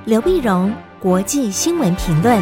刘必荣国际新闻评论。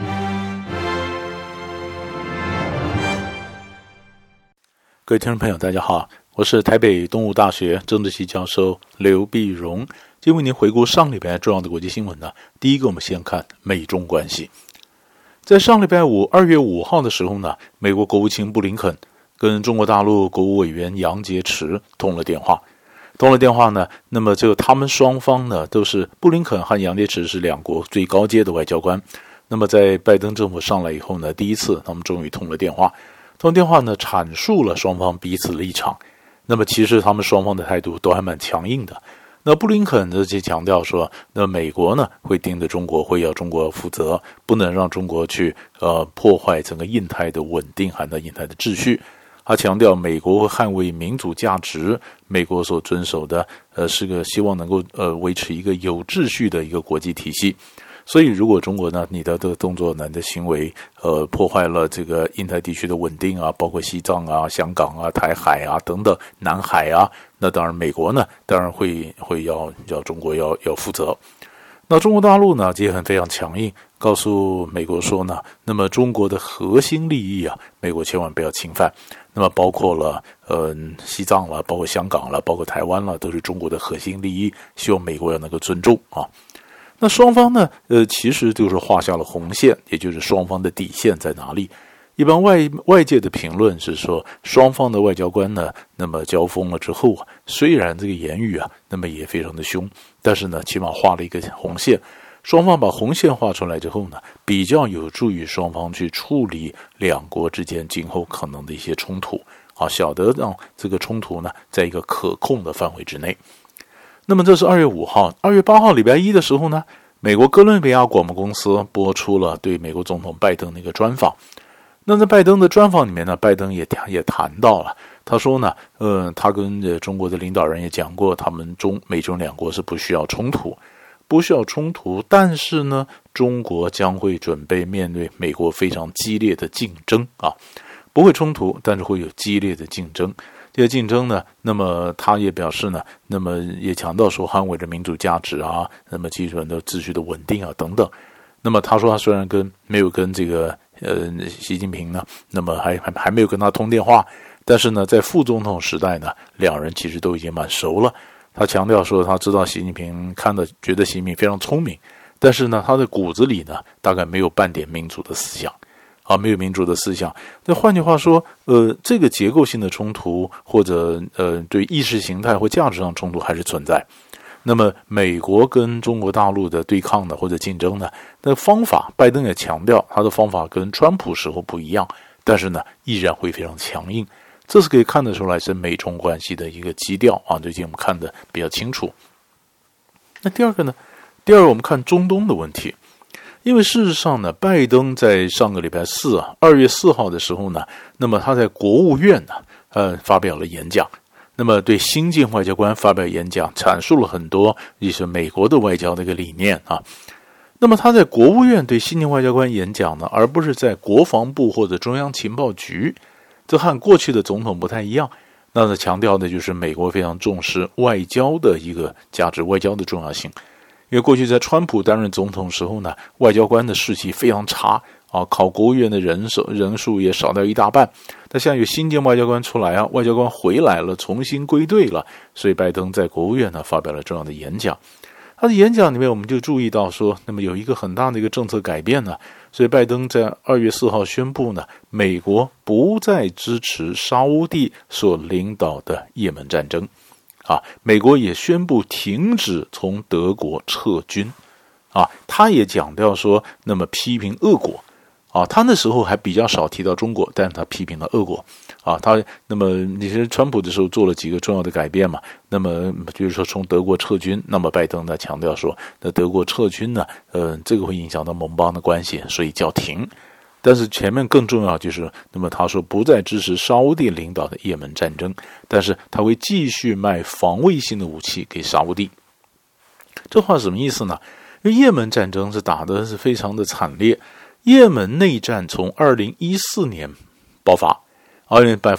各位听众朋友大家好，我是台北东吴大学政治系教授刘必荣，今天为您回顾上礼拜重要的国际新闻呢。第一个我们先看美中关系。在上礼拜五2月5号的时候呢，美国国务卿布林肯跟中国大陆国务委员杨洁篪通了电话呢，那么就他们双方呢都是布林肯和杨洁篪是两国最高阶的外交官。那么在拜登政府上来以后呢，第一次他们终于通了电话。通电话呢，阐述了双方彼此的立场。那么其实他们双方的态度都还蛮强硬的。那布林肯呢就强调说，那美国呢会盯着中国，会要中国负责，不能让中国去破坏整个印太的稳定和印太的秩序。他强调美国会捍卫民主价值，美国所遵守的是个希望能够维持一个有秩序的一个国际体系。所以如果中国呢你的动作呢你的行为破坏了这个印太地区的稳定啊，包括西藏啊、香港啊、台海啊等等南海啊，那当然美国呢当然会要中国要负责。那中国大陆呢也很非常强硬，告诉美国说呢，那么中国的核心利益啊，美国千万不要侵犯。那么包括了西藏了，包括香港了，包括台湾了，都是中国的核心利益，希望美国要能够尊重啊。那双方呢其实就是画下了红线，也就是双方的底线在哪里。一般外界的评论是说，双方的外交官呢那么交锋了之后啊，虽然这个言语啊那么也非常的凶，但是呢起码画了一个红线。双方把红线画出来之后呢，比较有助于双方去处理两国之间今后可能的一些冲突啊，晓得让这个冲突呢在一个可控的范围之内。那么这是2月5号，2月8号礼拜一的时候呢，美国哥伦比亚广播公司播出了对美国总统拜登的一个专访。那在拜登的专访里面呢，拜登也谈到了，他说呢他跟中国的领导人也讲过，他们美中两国是不需要冲突，但是呢中国将会准备面对美国非常激烈的竞争啊，不会冲突，但是会有激烈的竞争。这个竞争呢，那么他也表示呢，那么也强调说捍卫着民主价值啊，那么基本的秩序的稳定啊等等。那么他说他虽然没有跟这个习近平呢，那么还没有跟他通电话，但是呢在副总统时代呢，两人其实都已经蛮熟了。他强调说他知道习近平觉得习近平非常聪明，但是呢他的骨子里呢大概没有半点民主的思想啊，没有民主的思想。那换句话说这个结构性的冲突或者对意识形态或价值上冲突还是存在。那么美国跟中国大陆的对抗呢或者竞争呢，那方法拜登也强调他的方法跟川普时候不一样，但是呢依然会非常强硬。这是可以看得出来是美中关系的一个基调啊，最近我们看得比较清楚。那第二个我们看中东的问题。因为事实上呢，拜登在上个礼拜四啊，2月4号的时候呢，那么他在国务院呢发表了演讲，那么对新晋外交官发表演讲，阐述了很多也是美国的外交的一个理念啊。那么他在国务院对新晋外交官演讲呢，而不是在国防部或者中央情报局，这和过去的总统不太一样。那强调的就是美国非常重视外交的一个价值，外交的重要性。因为过去在川普担任总统时候呢，外交官的士气非常差啊，考国务院的人数也少掉一大半。但现在有新晋外交官出来啊，外交官回来了，重新归队了，所以拜登在国务院呢发表了重要的演讲。他的演讲里面我们就注意到说，那么有一个很大的一个政策改变呢，所以拜登在2月4号宣布呢，美国不再支持沙烏地所领导的也门战争啊，美国也宣布停止从德国撤军啊，他也强调说，那么批评俄国啊，他那时候还比较少提到中国，但是他批评了俄国啊，那么你是川普的时候做了几个重要的改变嘛，那么就是说从德国撤军，那么拜登呢强调说，那德国撤军呢这个会影响到盟邦的关系，所以叫停。但是前面更重要就是，那么他说不再支持沙烏地领导的也门战争，但是他会继续卖防卫性的武器给沙烏地。这话什么意思呢？因为也门战争是打的是非常的惨烈，也门内战从2014年爆发，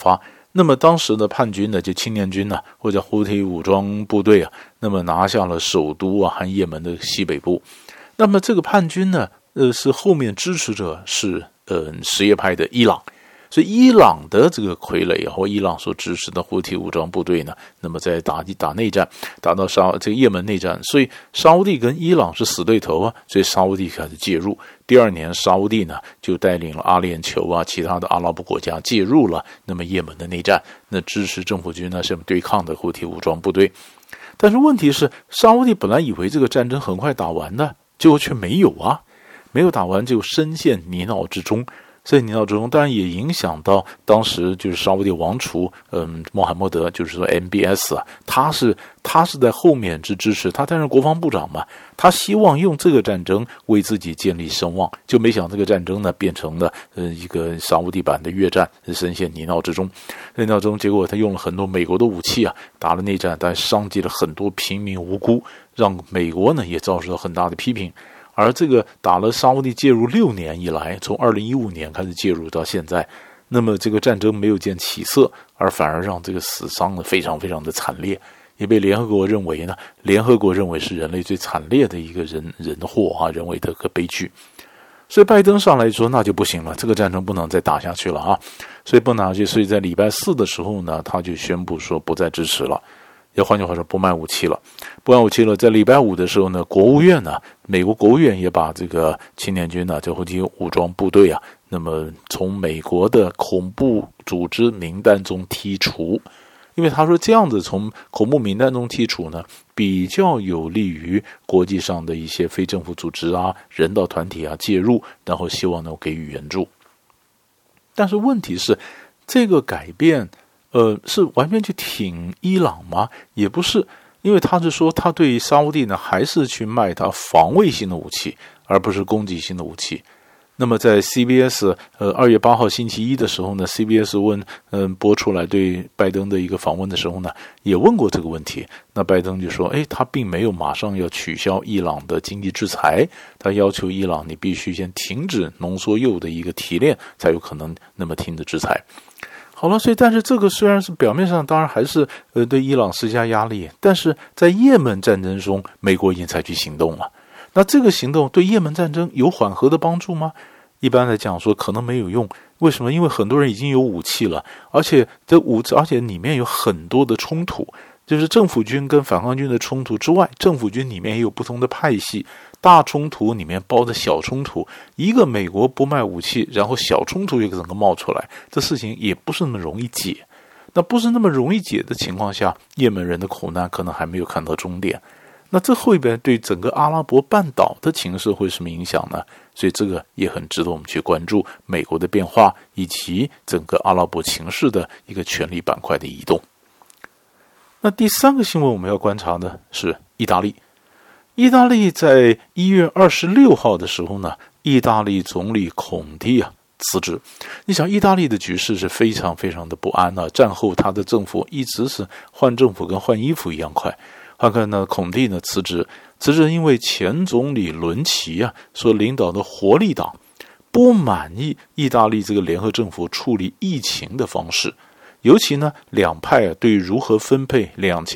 那么当时的叛军呢，就青年军呢，或者胡提武装部队啊，那么拿下了首都啊和也门的西北部。那么这个叛军呢，是后面支持者是什叶派的伊朗。所以伊朗的这个傀儡或伊朗所支持的胡提武装部队呢，那么在打内战，打到这个也门内战，所以沙烏地跟伊朗是死对头啊，所以沙烏地开始介入。第二年，沙烏地呢就带领了阿联酋啊，其他的阿拉伯国家介入了那么也门的内战，那支持政府军呢是对抗的胡提武装部队。但是问题是，沙烏地本来以为这个战争很快打完的，结果却没有啊，没有打完就深陷泥淖之中。所以泥淖之中，当然也影响到当时就是沙烏地王储，穆罕默德，就是说 MBS 啊，他是在后面支持他，担任国防部长嘛，他希望用这个战争为自己建立声望，就没想这个战争呢变成了一个沙烏地版的越战，深陷泥淖之中。泥淖中，结果他用了很多美国的武器啊，打了内战，但伤及了很多平民无辜，让美国呢也遭受到很大的批评。而这个打了沙烏地介入6年以来，从2015年开始介入到现在，那么这个战争没有见起色，而反而让这个死伤呢非常非常的惨烈，也被联合国认为是人类最惨烈的一个人祸啊，人为的个悲剧。所以拜登上来说那就不行了，这个战争不能再打下去了啊，所以不拿去，所以在礼拜4的时候呢，他就宣布说不再支持了。要换句话说，不卖武器了。在礼拜5的时候呢，美国国务院也把这个青年军呢，这胡提武装部队啊，那么从美国的恐怖组织名单中剔除，因为他说这样子从恐怖名单中剔除呢，比较有利于国际上的一些非政府组织啊、人道团体啊介入，然后希望能够给予援助。但是问题是，这个改变是完全去挺伊朗吗？也不是，因为他是说他对沙烏地呢还是去卖他防卫性的武器，而不是攻击性的武器。那么在 CBS 2月8号星期一的时候呢 ，CBS 播出来对拜登的一个访问的时候呢，也问过这个问题。那拜登就说，他并没有马上要取消伊朗的经济制裁，他要求伊朗你必须先停止浓缩铀的一个提炼，才有可能那么停止制裁。好了，所以但是这个虽然是表面上当然还是对伊朗施加压力，但是在也门战争中，美国已经采取行动了。那这个行动对也门战争有缓和的帮助吗？一般来讲说可能没有用。为什么？因为很多人已经有武器了，而且里面有很多的冲突，就是政府军跟反抗军的冲突之外，政府军里面也有不同的派系，大冲突里面包着小冲突，一个美国不卖武器，然后小冲突又整个冒出来，这事情也不是那么容易解。那不是那么容易解的情况下，也门人的苦难可能还没有看到终点。那这后边对整个阿拉伯半岛的情势会什么影响呢？所以这个也很值得我们去关注美国的变化，以及整个阿拉伯情势的一个权力板块的移动。那第3个新闻我们要观察的是意大利。意大利在1月26号的时候呢，意大利总理孔蒂辞职。你想，意大利的局势是非常非常的不安啊，战后他的政府一直是换政府跟换衣服一样快。看呢，孔蒂呢辞职，因为前总理伦齐所领导的活力党不满意意大利这个联合政府处理疫情的方式，尤其呢两派对如何分配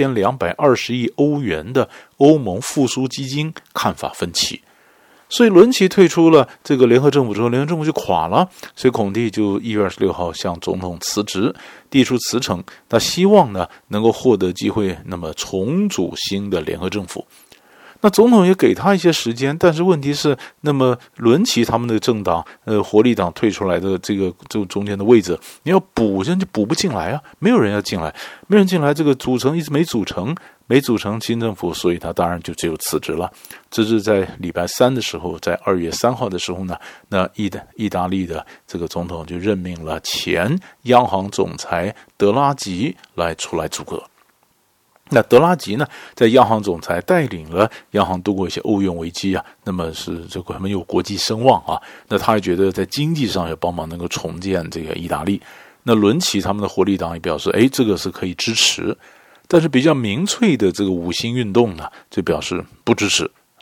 2220亿欧元的欧盟复苏基金看法分歧。所以伦齐退出了这个联合政府之后，联合政府就垮了，所以孔蒂就1月26号向总统辞职，递出辞呈，他希望呢能够获得机会，那么重组新的联合政府。那总统也给他一些时间，但是问题是，那么伦齐他们的政党活力党退出来的这个中间的位置，你要补人就补不进来啊，没有人要进来，没人进来，这个组成一直没组成新政府，所以他当然就只有辞职了。这是在礼拜3的时候，在2月3号的时候呢，那意大利的这个总统就任命了前央行总裁德拉吉出来组阁。那德拉吉呢，在央行总裁带领了央行度过一些欧元危机那么是这个很有国际声望那他也觉得在经济上要帮忙能够重建这个意大利。那伦齐他们的活力党也表示，这个是可以支持，但是比较民粹的这个五星运动呢，就表示不支持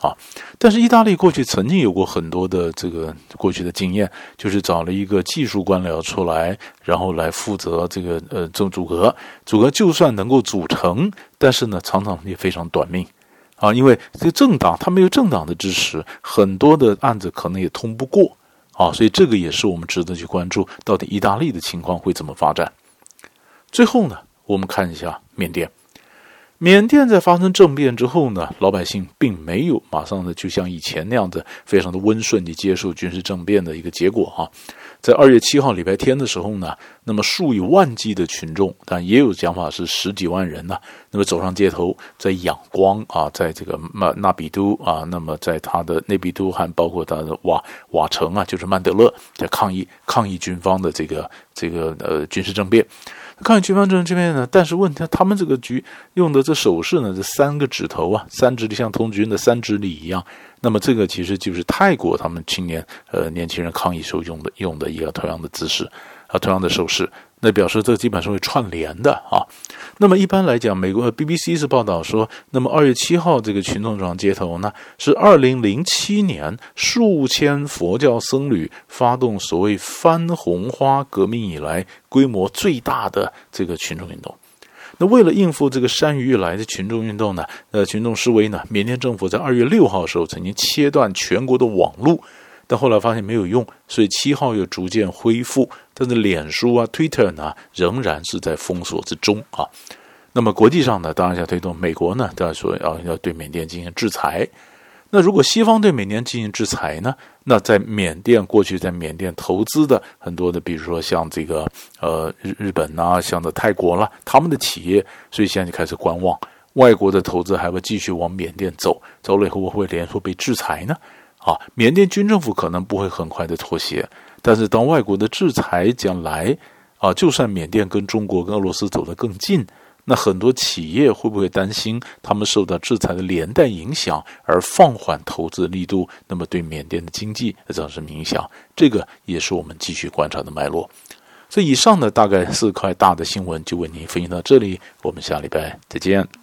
啊。但是意大利过去曾经有过很多的这个过去的经验，就是找了一个技术官僚出来，然后来负责这个这组阁就算能够组成，但是呢常常也非常短命啊，因为这个政党它没有政党的支持，很多的案子可能也通不过啊，所以这个也是我们值得去关注，到底意大利的情况会怎么发展。最后呢，我们看一下缅甸。缅甸在发生政变之后呢，老百姓并没有马上的就像以前那样子非常的温顺地接受军事政变的一个结果啊。在2月7号礼拜天的时候呢，那么数以万计的群众，但也有讲法是10几万人呢，那么走上街头，在仰光啊，在这个纳比都啊，那么在他的内比都还包括他的瓦城啊，就是曼德勒，在抗议军方的这个军事政变。抗议军方这边呢，但是问题他们这个局用的这手势呢，这3个指头啊，3指里像童军的3指里一样。那么这个其实就是泰国他们年轻人抗议时候用的一个同样的姿势啊，同样的手势。那表示这基本上会串联的啊。那么一般来讲，美国 BBC 是报道说，那么2月7号这个群众上街头呢，是2007年数千佛教僧侣发动所谓番红花革命以来规模最大的这个群众运动。那为了应付这个山雨欲来的群众运动呢，群众示威呢，缅甸政府在2月6号的时候曾经切断全国的网路，但后来发现没有用，所以7号又逐渐恢复，但是脸书啊 Twitter 呢仍然是在封锁之中啊。那么国际上呢，当然想推动，美国呢当然说要对缅甸进行制裁。那如果西方对缅甸进行制裁呢，那在缅甸过去在缅甸投资的很多的，比如说像这个日本啊，像的泰国啦，他们的企业，所以现在就开始观望，外国的投资还会继续往缅甸走了以后会不会连说被制裁呢？啊，缅甸军政府可能不会很快的妥协，但是当外国的制裁将来啊，就算缅甸跟中国跟俄罗斯走得更近，那很多企业会不会担心他们受到制裁的连带影响而放缓投资力度，那么对缅甸的经济造成影响，这个也是我们继续观察的脉络。所以以上呢大概4块大的新闻就为您分析到这里，我们下礼拜再见。